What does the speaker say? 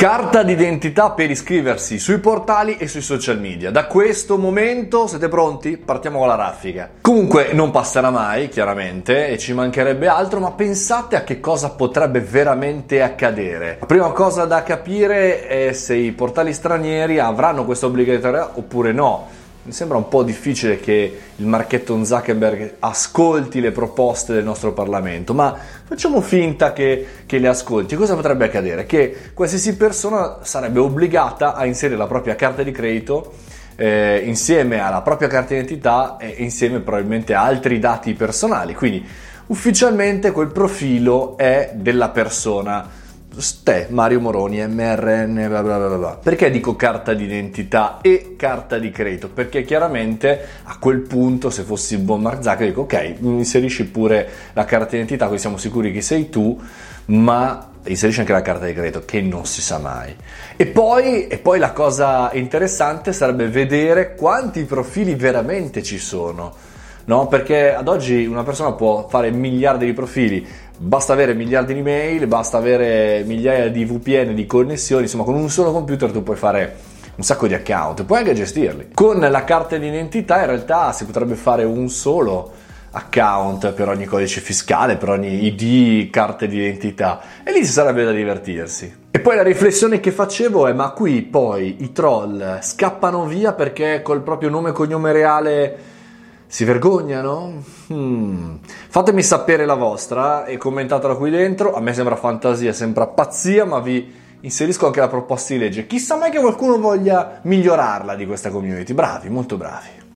Carta d'identità per iscriversi sui portali e sui social media. Da questo momento siete pronti? Partiamo con la raffica. Comunque non passerà mai, chiaramente, e ci mancherebbe altro, ma pensate a che cosa potrebbe veramente accadere. La prima cosa da capire è se i portali stranieri avranno questa obbligatorietà oppure no. Mi sembra un po' difficile che il marchettone Zuckerberg ascolti le proposte del nostro Parlamento, ma facciamo finta che le ascolti. Cosa potrebbe accadere? Che qualsiasi persona sarebbe obbligata a inserire la propria carta di credito insieme alla propria carta d'identità e insieme probabilmente a altri dati personali. Quindi ufficialmente quel profilo è della persona. Mario Moroni, MRN, bla bla bla bla. Perché dico carta d'identità e carta di credito? Perché chiaramente a quel punto, se fossi il buon Mark Zuckerberg, dico ok, inserisci pure la carta d'identità, così siamo sicuri che sei tu, ma inserisci anche la carta di credito, che non si sa mai. E poi la cosa interessante sarebbe vedere quanti profili veramente ci sono. No, perché ad oggi una persona può fare miliardi di profili, basta avere miliardi di mail, basta avere migliaia di VPN, di connessioni, insomma con un solo computer tu puoi fare un sacco di account, puoi anche gestirli. Con la carta di identità in realtà si potrebbe fare un solo account per ogni codice fiscale, per ogni ID, carte di identità, e lì ci sarebbe da divertirsi. E poi la riflessione che facevo è: ma qui poi i troll scappano via perché col proprio nome e cognome reale si vergognano? Fatemi sapere la vostra e commentatela qui dentro. A me sembra fantasia, sembra pazzia, ma vi inserisco anche la proposta di legge. Chissà mai che qualcuno voglia migliorarla di questa community. Bravi, molto bravi.